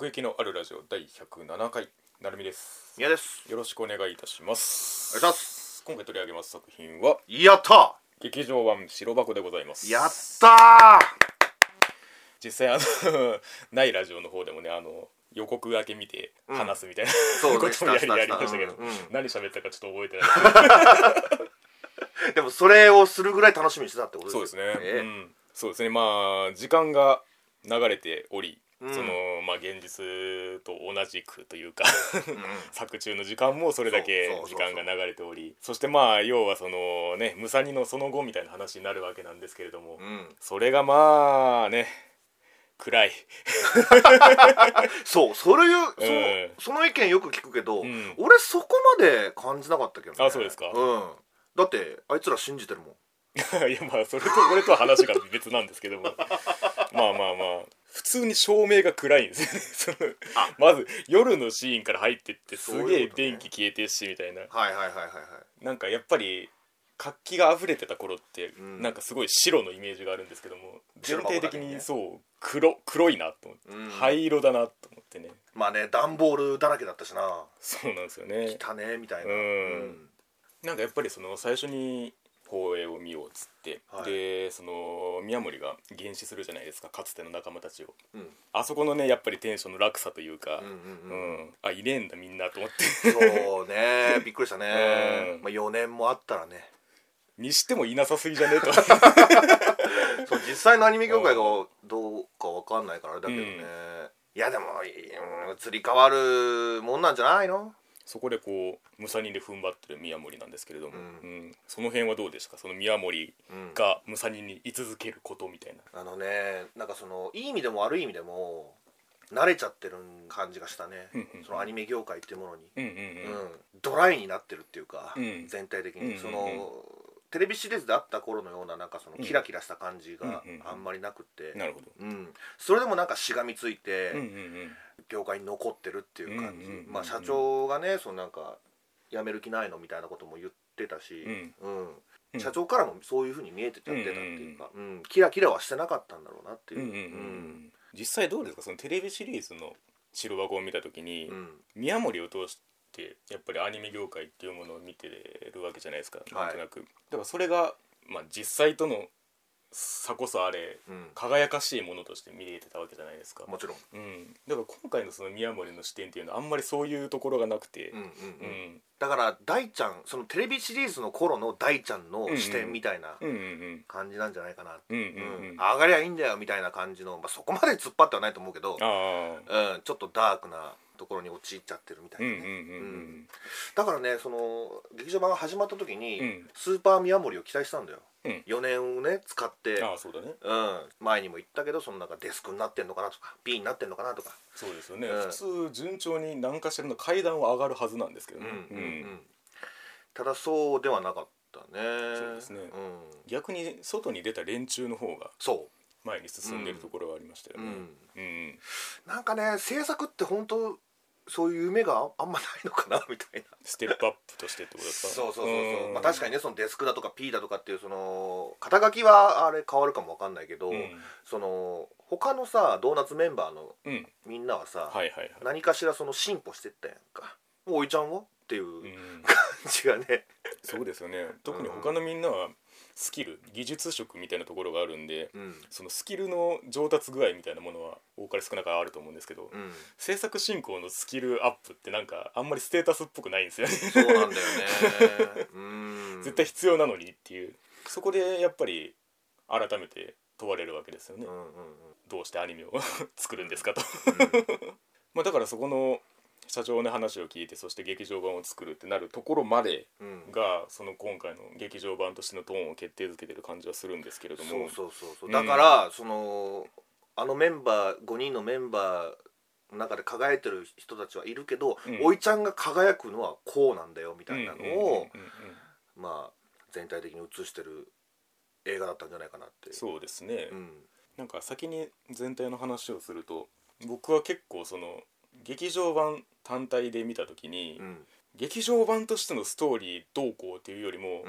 奥行きのあるラジオ第107回なるみです。 宮です。 よろしくお願いいたします。 お願いします。 今回取り上げます作品はやった劇場版白箱でございます。 やった実際ないラジオの方でもね予告だけ見て話すみたいな、ことをやりましたけど、何喋ったかちょっと覚えてないでもそれをするぐらい楽しみにしてたってことですよ。そうですね、そうですね。まあ時間が流れており、現実と同じくというか作中の時間もそれだけ時間が流れており、そしてまあ要はそのねムサニのその後みたいな話になるわけなんですけれども、それがまあね暗いその意見よく聞くけど、俺そこまで感じなかったけどね。 あ、そうですか。 だってあいつら信じてるもんいやまあそれと俺とは話が別なんですけどもまあ普通に照明が暗いんですよねまず夜のシーンから入ってってすげえ電気消えてしみたいな、なんかやっぱり活気が溢れてた頃って、なんかすごい白のイメージがあるんですけども、全体的にそう黒いなと思って、灰色だなと思ってね。 まあね、段ボールだらけだったしな。 そうなんですよね。 汚ねみたいな。 なんかやっぱりその最初に放映を見ようっつって、でその宮森が幻視するじゃないですか、かつての仲間たちを、あそこのねやっぱりテンションの落差というか、あ、いねえんだみんなと思ってそうね、びっくりしたね。まあ4年もあったらねにしてもいなさすぎじゃねえとそう実際のアニメ業界がどうかわかんないからあれだけどね、いやでも移り変わるもんなんじゃないの。 そこでこうムサニで踏ん張ってる宮森なんですけれども、その辺はどうですか、その宮森がムサニに居続けることみたいな。 なんかそのいい意味でも悪い意味でも慣れちゃってる感じがしたね、そのアニメ業界っていうものに、ドライになってるっていうか、全体的にそのテレビシリーズであった頃のようななんかそのキラキラした感じがあんまりなくて、 なるほど、 それでもなんかしがみついて業界に残ってるっていう感じ。まあ社長がね、そのなんか辞める気ないのみたいなことも言ってたし、社長からもそういう風に見えてちゃってたっていうか、キラキラはしてなかったんだろうなっていう。 実際どうですか、そのテレビシリーズの白箱を見た時に、宮森を通してやっぱりアニメ業界っていうものを見てるわけじゃないですか、なんとなく。だからそれが、実際との差こそあれ、輝かしいものとして見れてたわけじゃないですか。 もちろん、 だから今回のその宮森の視点っていうのはあんまりそういうところがなくて、 だから大ちゃん、そのテレビシリーズの頃の大ちゃんの視点みたいな感じなんじゃないかな。上がりゃいいんだよみたいな感じの、そこまで突っ張ってはないと思うけど、ちょっとダークなところに陥っちゃってるみたいなね。だからね、その劇場版が始まった時に、スーパー宮森を期待したんだよ。4年をね使って、 そうだね、 前にも言ったけど、そのなんかデスクになってんのかなとか B になってんのかなとか。 そうですよね、普通順調に何かしらの階段を上がるはずなんですけどね。 ただそうではなかったね。 そうですね、逆に外に出た連中の方が前に進んでるところはありましたよね。 なんかね、制作って本当そういう夢があんまないのかなみたいな。 ステップアップとしてってことですか。 そう、確かにね、そのデスクだとか P だとかっていうその肩書きはあれ変わるかもわかんないけど、その他のさドーナツメンバーのみんなはさ、何かしらその進歩してったやんか。おいちゃんはっていう感じがね。 そうですよね。特に他のみんなはスキル、技術職みたいなところがあるんで、そのスキルの上達具合みたいなものは多かれ少なからあると思うんですけど、制作進行のスキルアップってなんかあんまりステータスっぽくないんですよね。 そうなんだよね絶対必要なのにっていう、そこでやっぱり改めて問われるわけですよね。どうしてアニメを作るんですかとだからそこの社長の話を聞いて、そして劇場版を作るってなるところまでが、その今回の劇場版としてのトーンを決定づけてる感じはするんですけれども、 だからそのメンバー5人のメンバーの中で輝いてる人たちはいるけど、おいちゃんが輝くのはこうなんだよみたいなのを全体的に映してる映画だったんじゃないかなって。 そうですね、なんか先に全体の話をすると、僕は結構その劇場版単体で見た時に、劇場版としてのストーリーどうこうっていうよりも、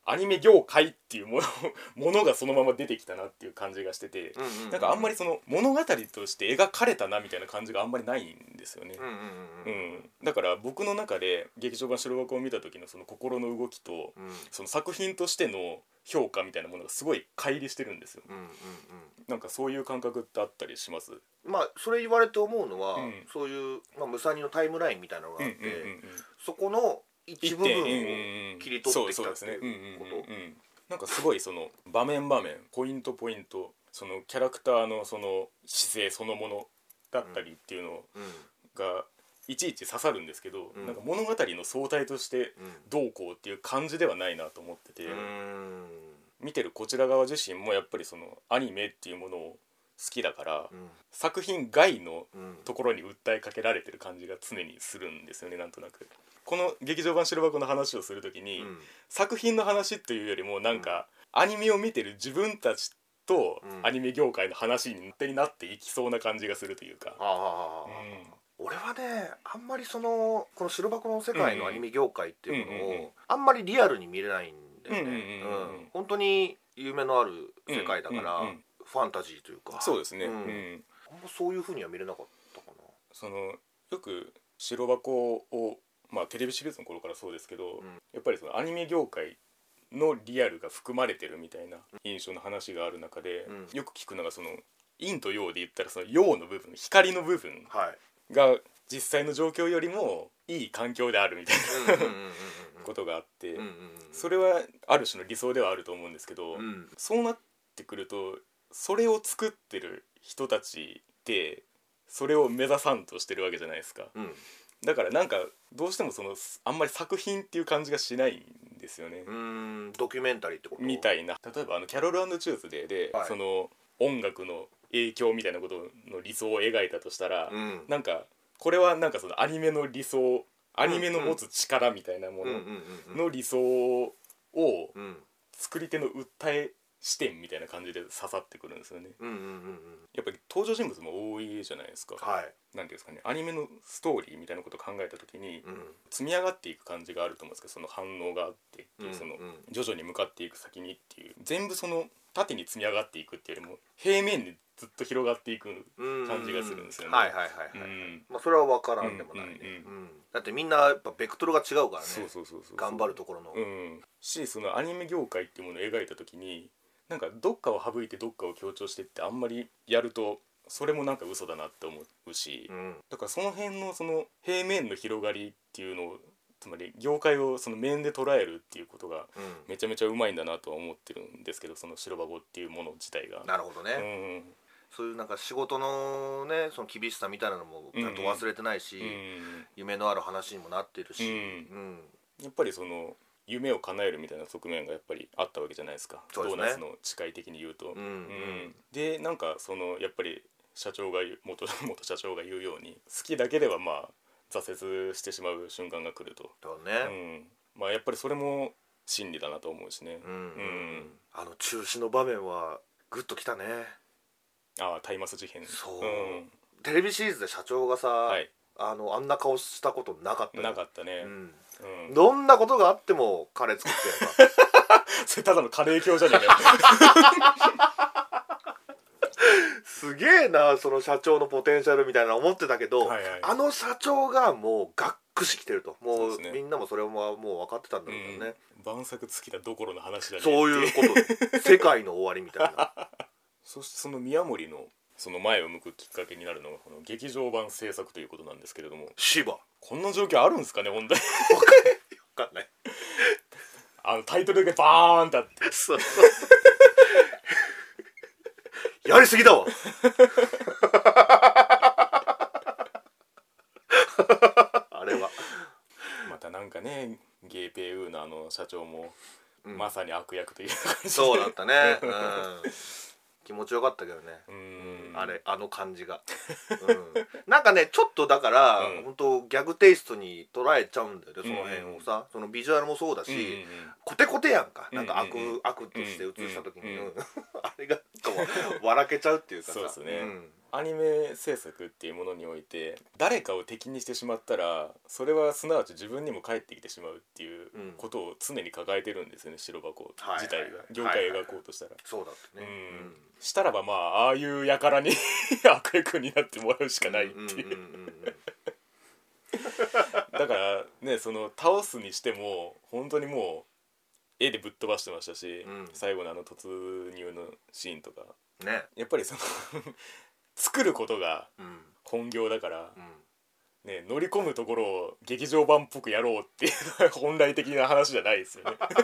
アニメ業界っていうものがそのまま出てきたなっていう感じがしてて、なんかあんまりその物語として描かれたなみたいな感じがあんまりないんですよね。だから僕の中で劇場版白箱を見た時のその心の動きと、その作品としての評価みたいなものがすごい乖離してるんですよ。なんかそういう感覚ってあったりします？ まあそれ言われて思うのは、そういう、ムサニのタイムラインみたいなのがあって、そこの一部分を切り取ってきたっていうこと。 なんかすごいその場面場面ポイントポイントそのキャラクターのその姿勢そのものだったりっていうのがいちいち刺さるんですけど、なんか物語の総体としてどうこうっていう感じではないなと思ってて、見てるこちら側自身もやっぱりそのアニメっていうものを好きだから、作品外のところに訴えかけられてる感じが常にするんですよね。なんとなくこの劇場版白箱の話をするときに、作品の話というよりもなんか、アニメを見てる自分たちとアニメ業界の話になっていきそうな感じがするというか、 俺はねあんまりこの白箱の世界のアニメ業界っていうものをあんまりリアルに見れないんだよね。本当に夢のある世界だから、ファンタジーというか。 そうですね。 あんまそういう風には見れなかったかな。 そのよく白箱をテレビシリーズの頃からそうですけど、やっぱりそのアニメ業界のリアルが含まれてるみたいな印象の話がある中で、よく聞くのがその陰と陽で言ったらその陽の部分光の部分が実際の状況よりもいい環境であるみたいなことがあって、それはある種の理想ではあると思うんですけど、そうなってくるとそれを作ってる人たちってそれを目指さんとしてるわけじゃないですか。だからなんかどうしてもそのあんまり作品っていう感じがしないんですよね。 ドキュメンタリーってことみたいな。例えばキャロル&チューズデーで、その音楽の影響みたいなことの理想を描いたとしたら、なんかこれはなんかそのアニメの理想アニメの持つ力みたいなものの理想を作り手の訴え視点みたいな感じで刺さってくるんですよね。やっぱり登場人物も多いじゃないですか。なんていうんですかね、アニメのストーリーみたいなことを考えた時に、積み上がっていく感じがあると思うんですけど、その反応があってっていう、その徐々に向かっていく先にっていう、全部その縦に積み上がっていくっていうよりも平面にずっと広がっていく感じがするんですよね。 それは分からんでもないね。だってみんなやっぱベクトルが違うからね。頑張るところの。 し、そのアニメ業界っていうものを描いた時になんかどっかを省いてどっかを強調してってあんまりやるとそれもなんか嘘だなって思うし、だからその辺のその平面の広がりっていうのを、つまり業界をその面で捉えるっていうことがめちゃめちゃうまいんだなとは思ってるんですけど、その白箱っていうもの自体が。 なるほどね。そういうなんか仕事のねその厳しさみたいなのもちゃんと忘れてないし、夢のある話にもなってるし、 やっぱりその夢を叶えるみたいな側面がやっぱりあったわけじゃないですか。ドーナツの誓い的に言うと。でなんかそのやっぱり社長が元社長が言うように好きだけでは挫折してしまう瞬間が来ると。やっぱりそれも真理だなと思うしね。 中止の場面はグッときたね。 タイマス事変。 テレビシリーズで社長がさ、あんな顔したことなかったなかったね。 どんなことがあってもカレー作ってやるかそれただのカレー教じゃねえかすげえな、その社長のポテンシャルみたいな思ってたけど、あの社長がもうがっくしきてると、もうみんなもそれはもう分かってたんだろうね。 晩作尽きたどころの話だね。 そういうこと世界の終わりみたいなそしてその宮森のその前を向くきっかけになるのがこの劇場版制作ということなんですけれども、 芝こんな状況あるんですかね本当に分かんないタイトルがバーンってあってやりすぎだわあれはまたなんかねゲーペーウーの社長も、まさに悪役という感じでそうだったね、気持ちよかったけどね、あの感じが、なんかねちょっとだから、本当ギャグテイストに捉えちゃうんだよね、その辺をさ、そのビジュアルもそうだし、コテコテやんか、なんか悪として映した時に、あれが笑けちゃうっていうかさ、 そうですね、 アニメ制作っていうものにおいて誰かを敵にしてしまったらそれはすなわち自分にも返ってきてしまうっていうことを常に抱えてるんですよね、白箱自体が、業界描こうとしたら、 そうだってね、 したらばまあああいう輩に悪役になってもらうしかないっていうだからね、その倒すにしても本当にもう絵でぶっ飛ばしてましたし、最後の突入のシーンとかね、やっぱりその作ることが本業だから、ね、乗り込むところを劇場版っぽくやろうっていうのは本来的な話じゃないですよねだ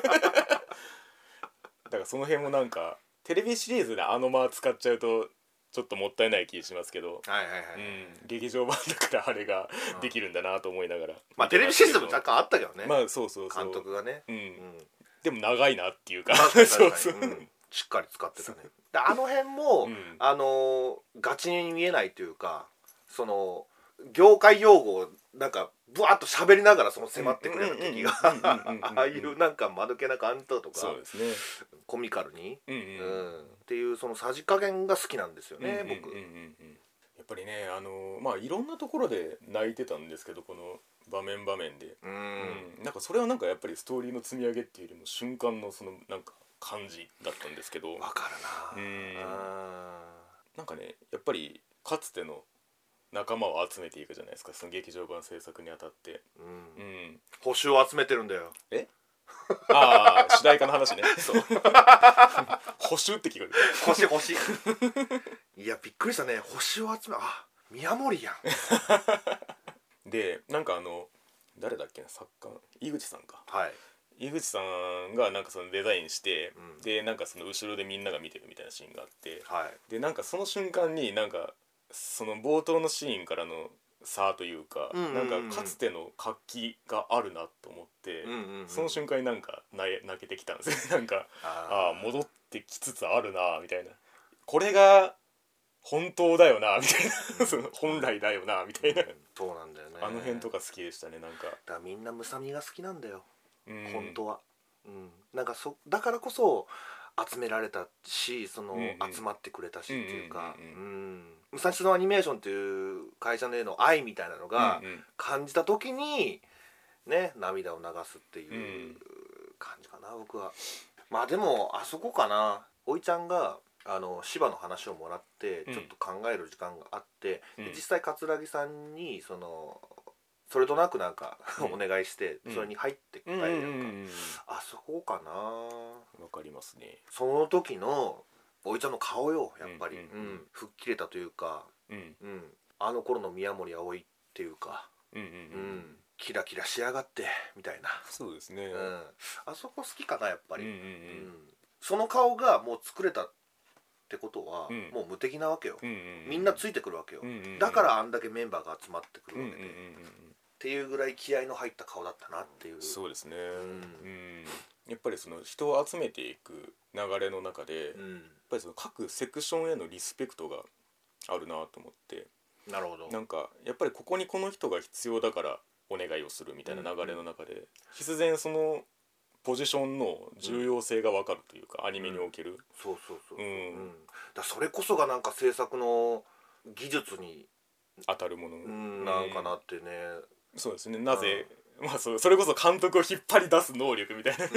からその辺もなんかテレビシリーズで間使っちゃうとちょっともったいない気しますけど、劇場版だからあれができるんだなと思いながら、 まあテレビシリーズも若干あったけどね、 まあそう監督がね、 でも長いなっていうかそうそう、 しっかり使ってたね。あの辺も、ガチに見えないというか、その業界用語をなんかブワッと喋りながらその迫ってくれた時がああいうなんか間抜けな感じとか、 そうですね、 コミカルに、っていうそのさじ加減が好きなんですよね、僕。 やっぱりね、まあいろんなところで泣いてたんですけど、この場面場面で、なんかそれはなんかやっぱりストーリーの積み上げっていうよりも瞬間のそのなんか感じだったんですけど、 わかるな。 なんかね、やっぱりかつての仲間を集めていくじゃないですか、その劇場版制作にあたって、 補修を集めてるんだよ。 ああ主題歌の話ねそう補修って聞こえる、 星いやびっくりしたね、補修を集め、宮森やんで、なんか誰だっけな、作家井口さんか、井口さんがなんかそのデザインして、でなんかその後ろでみんなが見てるみたいなシーンがあって、でなんかその瞬間になんかその冒頭のシーンからの差というか、なんかかつての活気があるなと思って、その瞬間になんか泣けてきたんですよなんか戻ってきつつあるなみたいな、これが本当だよなみたいなその本来だよなみたいな、 そうなんだよね、 あの辺とか好きでしたね。なんかだからみんなムサミが好きなんだよ、本当は、なんかだからこそ集められたし、その集まってくれたしっていうか、武蔵野アニメーションっていう会社への愛みたいなのが感じた時にね、涙を流すっていう感じかな、僕は。まあでもあそこかな、おいちゃんが芝の話をもらってちょっと考える時間があって、実際桂木さんにそれとなくなんかお願いしてそれに入ってきたりなんか、あそこかな。 わかりますね。 その時のおいちゃんの顔よ、やっぱり、吹っ切れたというか、あの頃の宮森あおいっていうか、キラキラしやがってみたいな。 そうですね、 あそこ好きかなやっぱり。その顔がもう作れたってことは、もう無敵なわけよ、みんなついてくるわけよ、だからあんだけメンバーが集まってくるわけで、っていうぐらい気合いの入った顔だったなっていう。 そうですね、やっぱりその人を集めていく流れの中で、やっぱりその各セクションへのリスペクトがあるなと思って。 なるほど。 なんかやっぱりここにこの人が必要だからお願いをするみたいな流れの中で、必然そのポジションの重要性が分かるというか、アニメにおける、 そうだそれこそがなんか制作の技術に当たるものなんかなってね。 そうですね、なぜ、まあそれこそ監督を引っ張り出す能力みたいな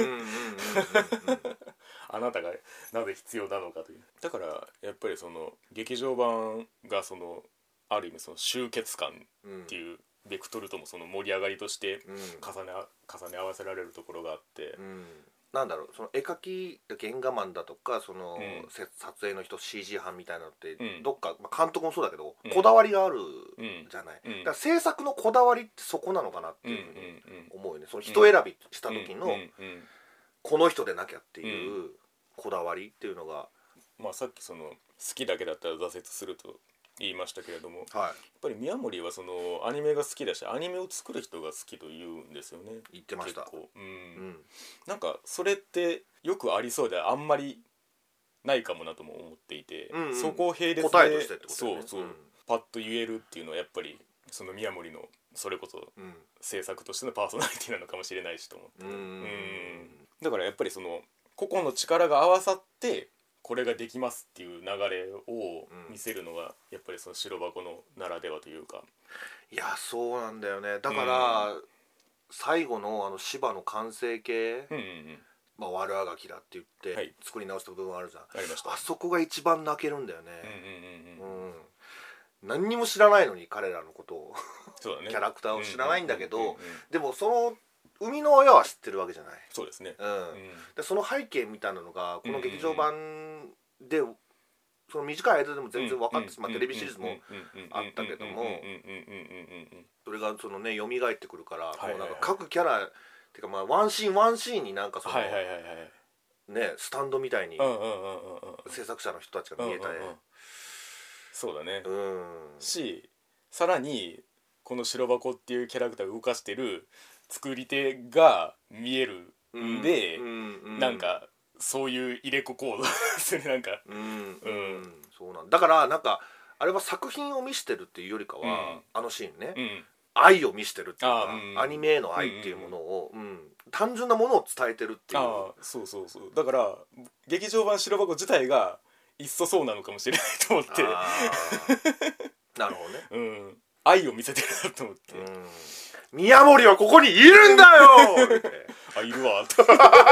あなたがなぜ必要なのかという。だからやっぱりその劇場版がそのある意味その集結感っていうベクトルともその盛り上がりとして重ね合わせられるところがあって、 なんだろう、その絵描き原画マンだとかその、撮影の人 CG 班みたいなのって、どっか、監督もそうだけど、こだわりがあるじゃない、だから制作のこだわりってそこなのかなっていうふうに思うよね。その人選びした時のこの人でなきゃっていうこだわりっていうのが、 まあさっきその好きだけだったら挫折すると言いましたけれども、やっぱり宮森はそのアニメが好きだしアニメを作る人が好きと言うんですよね。 言ってました。 結構、なんかそれってよくありそうであんまりないかもなとも思っていて、そこを並列で答えとしてってことね。 パッと言えるっていうのはやっぱりその宮森のそれこそ制作としてのパーソナリティなのかもしれないしと思って、だからやっぱりその個々の力が合わさってこれができますっていう流れを見せるのがやっぱりその白箱のならではというか。 いやそうなんだよね。だから、最後の芝の完成形、悪あがきだって言って作り直した部分あるじゃん、 ありました。 あそこが一番泣けるんだよね。何にも知らないのに彼らのことをそうだね、 キャラクターを知らないんだけど、でもその生みの親は知ってるわけじゃない。 そうですね、 でその背景みたいなのがこの劇場版でその短い間でも全然分かって、テレビシリーズもあったけども、それがそのね蘇ってくるから、もうなんか各キャラっていうかワンシーンワンシーンになんかそのねスタンドみたいに制作者の人たちが見えたり、 そうだね、しさらにこの白箱っていうキャラクターを動かしてる作り手が見えるんで、なんかそういう入れ子行動するなんかそうなんだから、なんかあれは作品を見せてるっていうよりかは、あのシーンね、愛を見せてるっていうか、アニメへの愛っていうものを、単純なものを伝えてるっていう。 そうだから劇場版白箱自体がいっそそうなのかもしれないと思ってなるほどね、愛を見せてるなと思って、 宮森はここにいるんだよあ、いるわと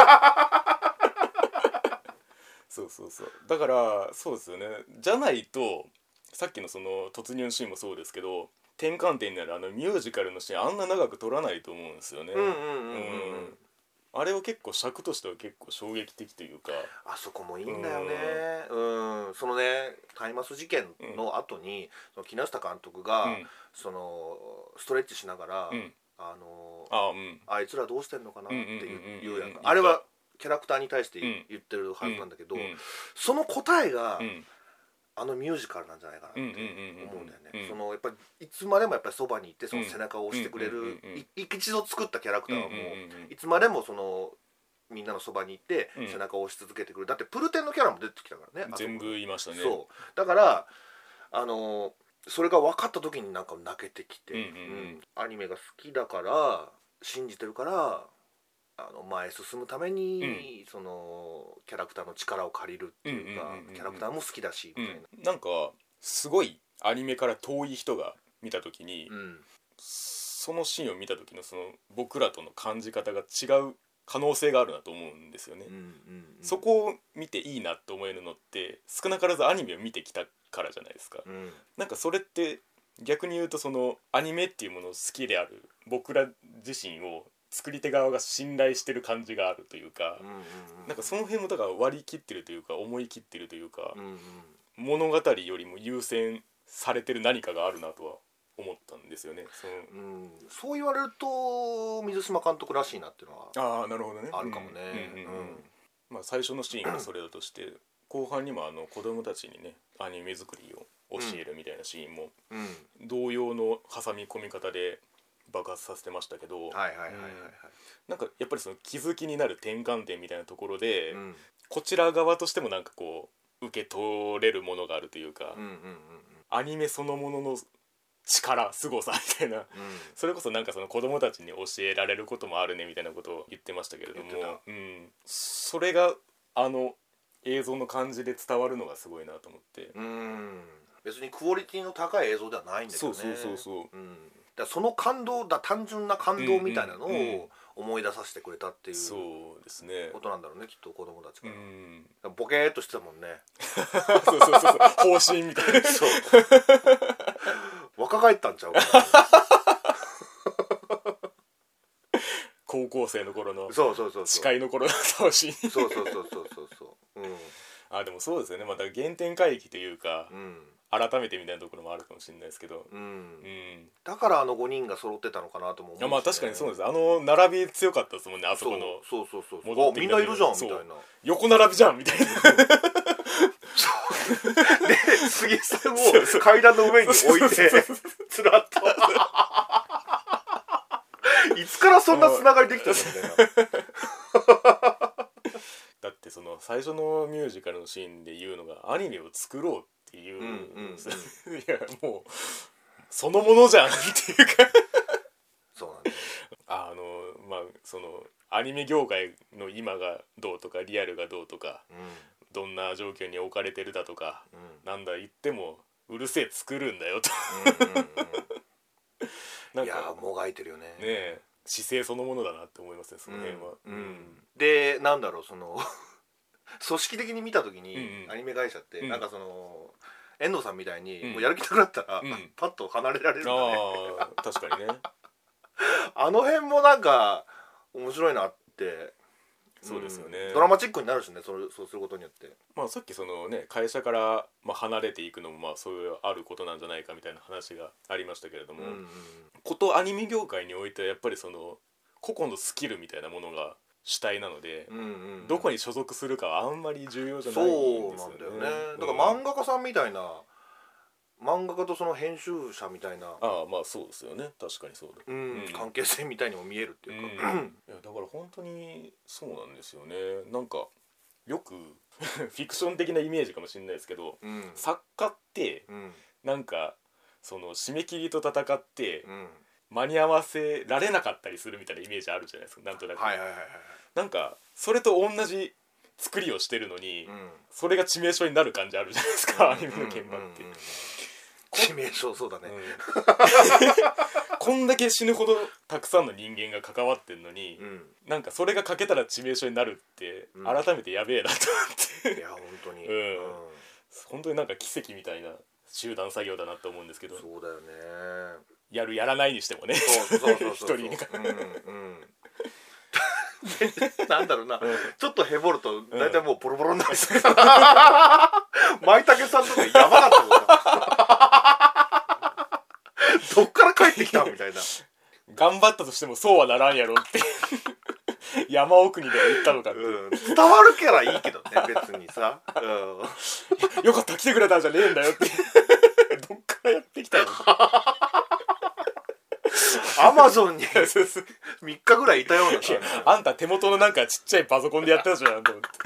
そうだからそうですよね。じゃないとさっきのその突入シーンもそうですけど、転換点になるミュージカルのシーンあんな長く撮らないと思うんですよね。あれは結構尺としては結構衝撃的というか、 あそこもいいんだよね。そのねタイマス事件の後に、その木下監督が、そのストレッチしながら、あいつらどうしてんのかなっていうやんか。あれはキャラクターに対して言ってるはずなんだけど、その答えが、ミュージカルなんじゃないかなって思うんだよね。そのやっぱりいつまでもやっぱりそばにいてその背中を押してくれる、一度作ったキャラクターはもういつまでもそのみんなのそばにいて背中を押し続けてくる。だってプルテンのキャラも出てきたからね。 全部いましたね。 そうだからそれが分かった時になんか泣けてきて、アニメが好きだから信じてるから前進むために、そのキャラクターの力を借りるっていうか、キャラクターも好きだしみたいな、 なんかすごいアニメから遠い人が見た時に、そのシーンを見た時のその僕らとの感じ方が違う可能性があるなと思うんですよね。そこを見ていいなと思えるのって少なからずアニメを見てきたからじゃないですか。なんかそれって逆に言うとそのアニメっていうものを好きである僕ら自身を作り手側が信頼してる感じがあるというか、なんかその辺もだから割り切ってるというか思い切ってるというか、物語よりも優先されてる何かがあるなとは思ったんですよね。 そう言われると水島監督らしいなっていうのはなるほどね、 あるかもね。 最初のシーンがそれだとして後半にも子供たちにねアニメ作りを教えるみたいなシーンも、同様の挟み込み方で爆発させてましたけど、なんかやっぱりその気づきになる転換点みたいなところで、こちら側としてもなんかこう受け取れるものがあるというか、アニメそのものの力凄さみたいな、それこそなんかその子供たちに教えられることもあるねみたいなことを言ってましたけれども、それが映像の感じで伝わるのがすごいなと思って。 別にクオリティの高い映像ではないんだけどね。だその感動だ、単純な感動みたいなのを思い出させてくれたっていうことなんだろうね、きっと子供たちから。ボケーっとしてたもんね。 方針みたいな。そう若返ったんちゃうかな。 高校生の頃の司会の頃の方針。でもそうですよね。また原点回帰というか、改めてみたいなところもあるかもしれないですけど、 だから5人が揃ってたのかなとも思うし、ね。 確かにそうです。並び強かったですもんね、あそこの。 そうみんないるじゃんみたいな、 横並びじゃんみたいな。 で杉さんを階段の上に置いてつらっといつからそんなつながりできたのみたいな。 だってその最初のミュージカルのシーンで言うのがアニメを作ろうっていう、いやもうそのものじゃんっていうかそうなんだ。 そのアニメ業界の今がどうとかリアルがどうとか、 どんな状況に置かれてるだとか、なんだ言ってもうるせえ作るんだよとなんかいやもがいてるよね。 ねえ、姿勢そのものだなって思いますね、その辺は。 でなんだろう、その組織的に見た時に、アニメ会社って、なんかその遠藤さんみたいに、もうやる気なくなったら、パッと離れられるんだね。 確かにねあの辺もなんか面白いなって。 そうですよね、 ドラマチックになるしね、そうすることによって。 まあさっきそのね会社から、離れていくのもそういうあることなんじゃないかみたいな話がありましたけれども、ことアニメ業界においてはやっぱりその個々のスキルみたいなものが主体なので、どこに所属するかはあんまり重要じゃないんですよね。 そうなんだよね。だから漫画家さんみたいな、漫画家とその編集者みたいな、 そうですよね、確かにそうだ、 関係性みたいにも見えるっていうか、 いやだから本当にそうなんですよね。なんかよくフィクション的なイメージかもしれないですけど、作家って、なんかその締め切りと戦って、間に合わせられなかったりするみたいなイメージあるじゃないですか、なんとなく。なんかそれと同じ作りをしてるのに、それが致命傷になる感じあるじゃないですか、アニメの現場って。 致命傷、そうだね、 こんだけ死ぬほどたくさんの人間が関わってんのに、なんかそれが欠けたら致命傷になるって、改めてやべえなと思って。 いや本当に、 本当になんか奇跡みたいな集団作業だなと思うんですけど。 そうだよね。 やるやらないにしてもね、一人がなんだろうな、ちょっとヘボると大体もうボロボロになる舞茸さんとかやばかったもんなどっから帰ってきたみたいな。 頑張ったとしてもそうはならんやろって山奥にでは言ったのかって、 伝わるからいいけどね別にさ、 よかった来てくれたんじゃねえんだよってどっからやってきたのアマゾンに3日ぐらいいたような感じ。 あんた手元のなんかちっちゃいパソコンでやってたじゃんと思って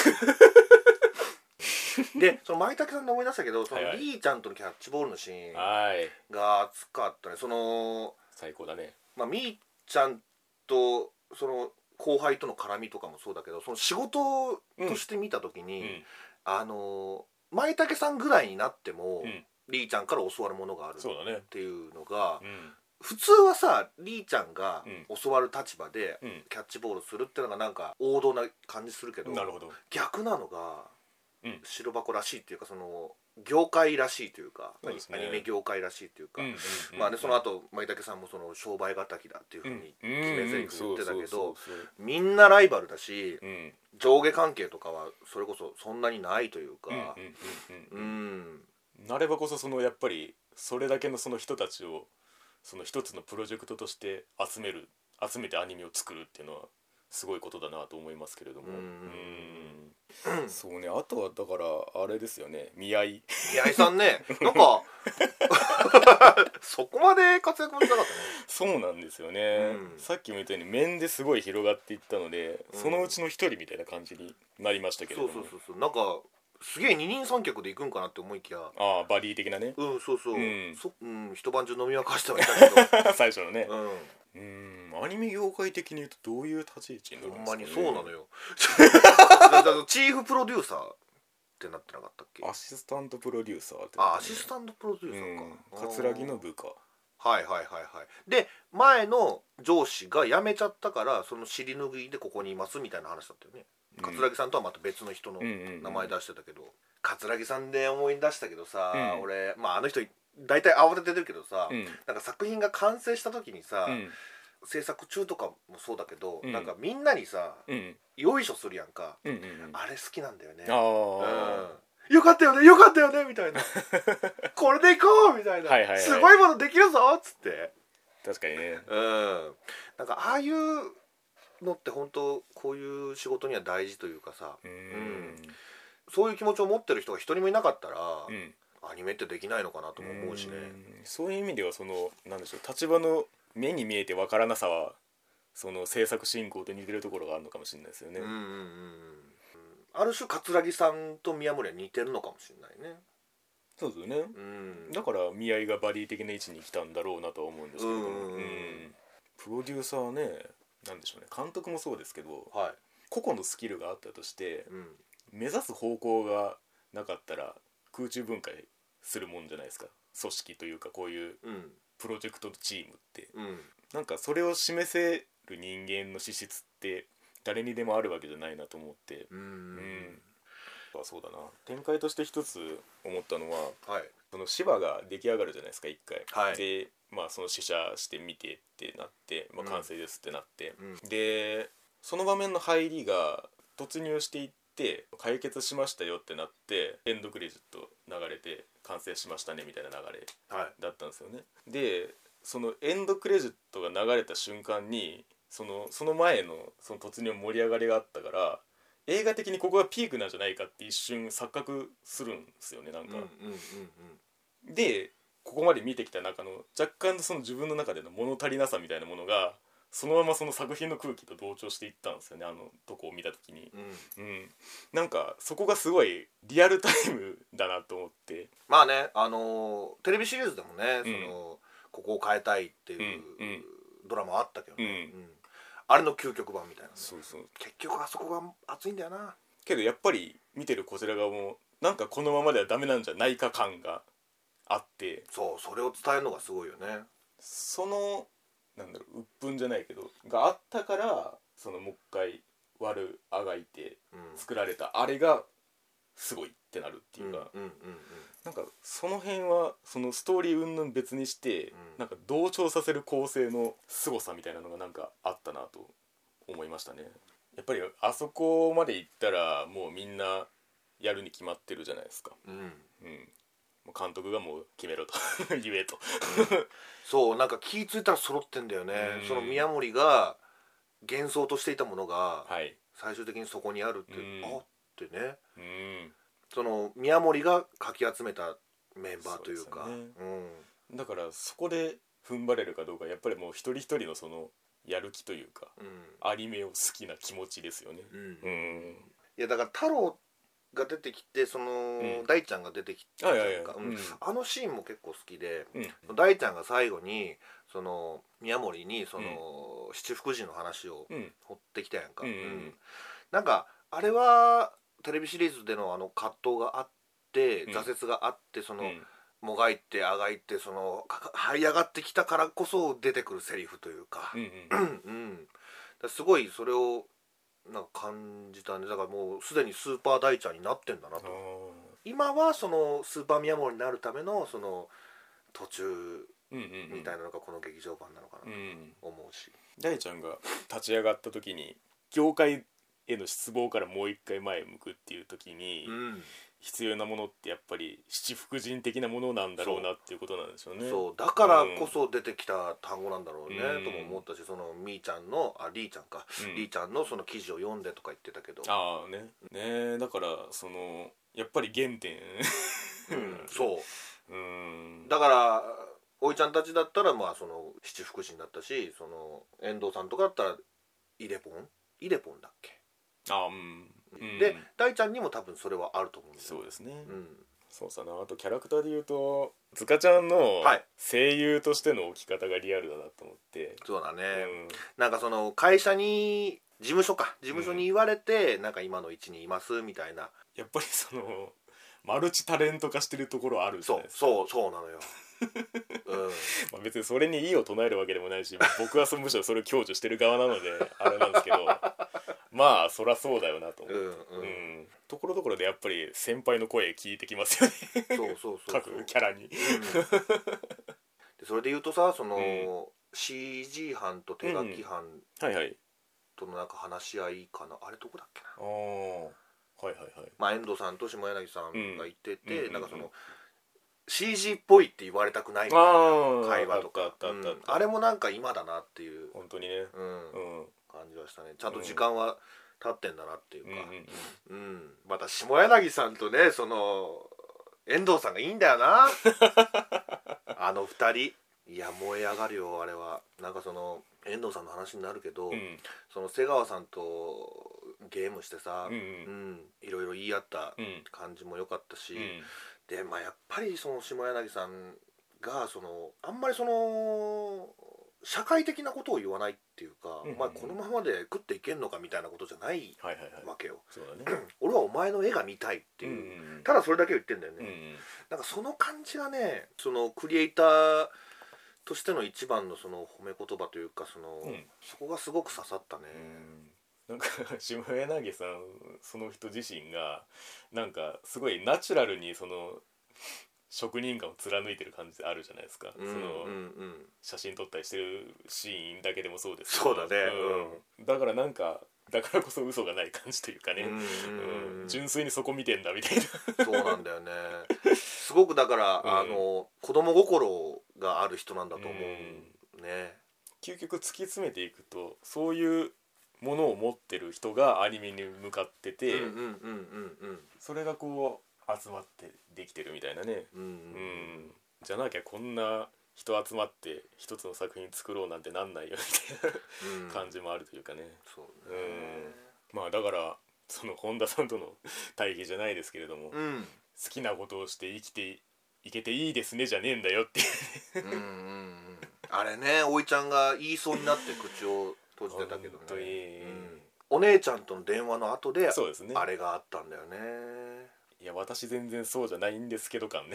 でその舞茸さんで思い出したけど、そのリーちゃんとのキャッチボールのシーンが熱かったね。その最高だね。 みーちゃんとその後輩との絡みとかもそうだけど、その仕事として見た時に、舞茸さんぐらいになっても、リーちゃんから教わるものがあるっていうのが、普通はさリーちゃんが教わる立場でキャッチボールするっていうのがなんか王道な感じするけど、逆なのが白箱らしいっていうか、その業界らしいというか、アニメ業界らしいというか、その後舞茸さんもその商売敵だっていうふうに決め台詞言ってたけど、みんなライバルだし、上下関係とかはそれこそそんなにないというか、 なればこそそのやっぱりそれだけのその人たちをその一つのプロジェクトとして集めてアニメを作るっていうのはすごいことだなと思いますけれども、そうね。あとはだからあれですよね、宮井さんねなんかそこまで活躍もしなかったね。 そうなんですよね、さっきも言ったように面ですごい広がっていったので、そのうちの一人みたいな感じになりましたけれども、 そうなんかすげえ二人三脚で行くんかなって思いきや、 バディ的なね、 一晩中飲み明かしてはいたけど最初のね、アニメ業界的に言うとどういう立ち位置になるんですかね。 ほんまにそうなのよチーフプロデューサーってなってなかったっけ。 アシスタントプロデューサーって、 アシスタントプロデューサーか、 桂木の部下。 はいで前の上司が辞めちゃったから、その尻拭いでここにいますみたいな話だったよね。桂木さんとはまた別の人の名前出してたけど、桂木さんで思い出したけどさ、俺あの人大体慌ててるけどさ、なんか作品が完成した時にさ、制作中とかもそうだけど、なんかみんなにさ、よいしょするやんか、あれ好きなんだよね。よかったよねよかったよねみたいなこれでいこうみたいな、すごいものできるぞっつって。 確かにね。 なんかああいうのって本当こういう仕事には大事というかさ、そういう気持ちを持ってる人が一人もいなかったら、アニメってできないのかなとも思うしね。 そういう意味ではそのなんでしょう、立場の目に見えてわからなさはその制作進行と似てるところがあるのかもしれないですよね。 ある種桂木さんと宮森は似てるのかもしれないね。 そうですよね、だから宮井がバディ的な位置に来たんだろうなとは思うんですけれども、プロデューサーはね、なんでしょうね、監督もそうですけど、個々のスキルがあったとして、 目指す方向がなかったら空中分解するもんじゃないですか、組織というかこういうプロジェクトチームって、なんかそれを示せる人間の資質って誰にでもあるわけじゃないなと思って、そうだな、展開として一つ思ったのは、その芝が出来上がるじゃないですか一回、でその試写してみてってなって、完成ですってなって、でその場面の入りが突入していって解決しましたよってなってエンドクレジット流れて完成しましたねみたいな流れだったんですよね。でそのエンドクレジットが流れた瞬間にその前のその突入盛り上がりがあったから、映画的にここがピークなんじゃないかって一瞬錯覚するんですよね、なんか。でここまで見てきた中の若干のその自分の中での物足りなさみたいなものがそのままその作品の空気と同調していったんですよね、あのとこを見た時に。なんかそこがすごいリアルタイムだなと思って。 まあね、テレビシリーズでもね、ここを変えたいっていうドラマあったけどね、あれの究極版みたいな、 そう結局あそこが熱いんだよな。 けどやっぱり見てるこちら側もなんかこのままではダメなんじゃないか感があって、 それを伝えるのがすごいよね。 そのなんだろう、鬱憤じゃないけどがあったから、そのもう一回悪あがいて作られたあれがすごいってなるっていうか、なんかその辺はそのストーリー云々別にして、なんか同調させる構成の凄さみたいなのがなんかあったなと思いましたね。やっぱりあそこまで行ったらもうみんなやるに決まってるじゃないですか。監督がもう決めろと言えとそう、なんか気付いたら揃ってんだよね。その宮森が幻想としていたものが最終的にそこにあるって、あってね、その宮森がかき集めたメンバーというか、 だからそこで踏ん張れるかどうか、やっぱりもう一人一人のそのやる気というか、アニメを好きな気持ちですよね。 いやだから太郎が出てきて、その大ちゃんが出てきて、あのシーンも結構好きで、大ちゃんが最後にその宮森にその七福神の話を掘ってきたやんか。なんかあれはテレビシリーズでのあの葛藤があって挫折があって、そのもがいてあがいてその這い上がってきたからこそ出てくるセリフというか、すごいそれをなんか感じたんで、だからもうすでにスーパー大ちゃんになってんだなと。今はそのスーパー宮森になるためのその途中みたいなのがこの劇場版なのかなと思うし、 大ちゃんが立ち上がった時に業界への失望からもう一回前向くっていう時に、必要なものってやっぱり七福神的なものなんだろうなっていうことなんでしょうね。 そうだからこそ出てきた単語なんだろうね、とも思ったし、そのみーちゃんのりーちゃんか、りーちゃんのその記事を読んでとか言ってたけど、 だからそのやっぱり原点だからおいちゃんたちだったらまあその七福神だったし、その遠藤さんとかだったらイデポンだっけ。で大ちゃんにも多分それはあると思うんですよ。 そうですね。そうさな。あとキャラクターで言うと塚ちゃんの声優としての置き方がリアルだなと思って。 そうだね、なんかその会社に事務所に言われて、なんか今の位置にいますみたいな、 やっぱりそのマルチタレント化してるところあるじゃないですか。 そうなのよ別にそれに異を唱えるわけでもないし、僕はむしろそれを享受してる側なのであれなんですけどまあそりゃそうだよなと思って、ところどころでやっぱり先輩の声聞いてきますよね各キャラにでそれで言うとさ、その、CG 班と手書き班とのなんか話し合いかな、あれどこだっけな、遠藤さんと下柳さんが言ってて、なんかそのCG っぽいって言われたくないみたいな会話とか、あれもなんか今だなっていう本当にね、 感じはしたね。ちゃんと時間は経ってんだなっていうか、また下柳さんとね、その遠藤さんがいいんだよなあの二人、いや燃え上がるよあれは。なんかその遠藤さんの話になるけど、その瀬川さんとゲームしてさ、いろいろ言い合った感じも良かったし、でまあやっぱりその下柳さんがそのあんまりその社会的なことを言わないっていうか、お前このままで食っていけんのかみたいなことじゃないわけよ。 そうだね。 俺はお前の絵が見たいっていう、ただそれだけ言ってんだよね。なんかその感じがね、そのクリエイターとしての一番のその褒め言葉というか、そこがすごく刺さったね。 なんか下柳さんその人自身がなんかすごいナチュラルにその職人感を貫いてる感じあるじゃないですか。その写真撮ったりしてるシーンだけでもそうですけど、 そうだね、 だからなんかだからこそ嘘がない感じというかね、純粋にそこ見てんだみたいな。 そうなんだよね。すごくだから、子供心がある人なんだと思うね。 究極突き詰めていくとそういうものを持ってる人がアニメに向かってて、それがこう集まってできてるみたいなね。じゃなきゃこんな人集まって一つの作品作ろうなんてなんないよみたいな感じもあるというかね。 そうね。 まあだからその本田さんとの対比じゃないですけれども、好きなことをして生きていけていいですねじゃねえんだよっていうあれね、おいちゃんが言いそうになって口を閉じてたけどね。お姉ちゃんとの電話の後であれがあったんだよね。 いや私全然そうじゃないんですけど感ね。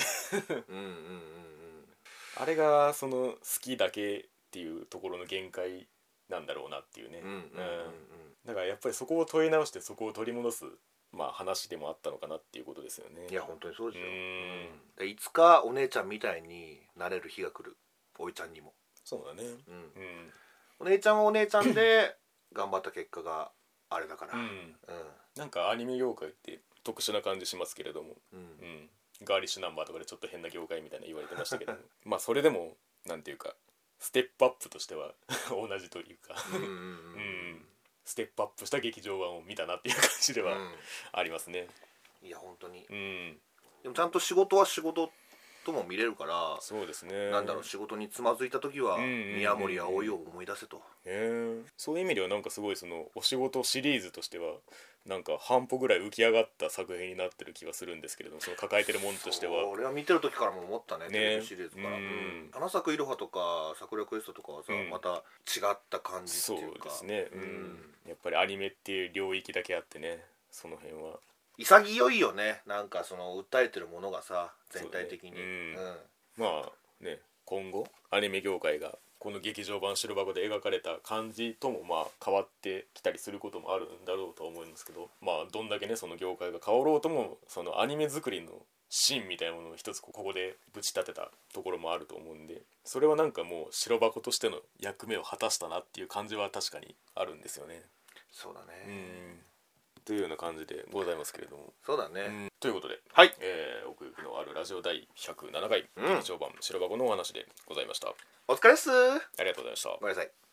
あれがその好きだけっていうところの限界なんだろうなっていうね。だからやっぱりそこを問い直してそこを取り戻す話でもあったのかなっていうことですよね。 いや本当にそうですよ。いつかお姉ちゃんみたいになれる日が来る、おいちゃんにも。 そうだね。 お姉ちゃんはお姉ちゃんで頑張った結果があれだから。 なんかアニメ業界って特殊な感じしますけれども、ガーリッシュナンバーとかでちょっと変な業界みたいな言われてましたけどまあそれでもなんていうかステップアップとしては同じというかステップアップした劇場版を見たなっていう感じではありますね。 いや本当に。でもちゃんと仕事は仕事とも見れるから、 そうですね。 なんだろう、仕事につまずいた時は宮森葵を思い出せと。 そういう意味ではなんかすごいそのお仕事シリーズとしてはなんか半歩ぐらい浮き上がった作品になってる気がするんですけれども、その抱えてるものとしては。 俺は見てる時からも思ったね、テレビシリーズから。花咲くいろはとか桜クエストとかはさ、また違った感じっていうか。 そうですね。やっぱりアニメっていう領域だけあってね、その辺は潔いよね。なんかその訴えてるものがさ、全体的に。 まあね、今後アニメ業界がこの劇場版白箱で描かれた感じとも変わってきたりすることもあるんだろうとは思うんですけど、どんだけねその業界が変わろうともそのアニメ作りの芯みたいなものを一つここでぶち立てたところもあると思うんで、それはなんかもう白箱としての役目を果たしたなっていう感じは確かにあるんですよね。 そうだね。 というような感じでございますけれども。 そうだね。 ということで、奥行きのあるラジオ第107回劇場版白箱のお話でございました。 お疲れっす。 ありがとうございました。 ごめんなさい。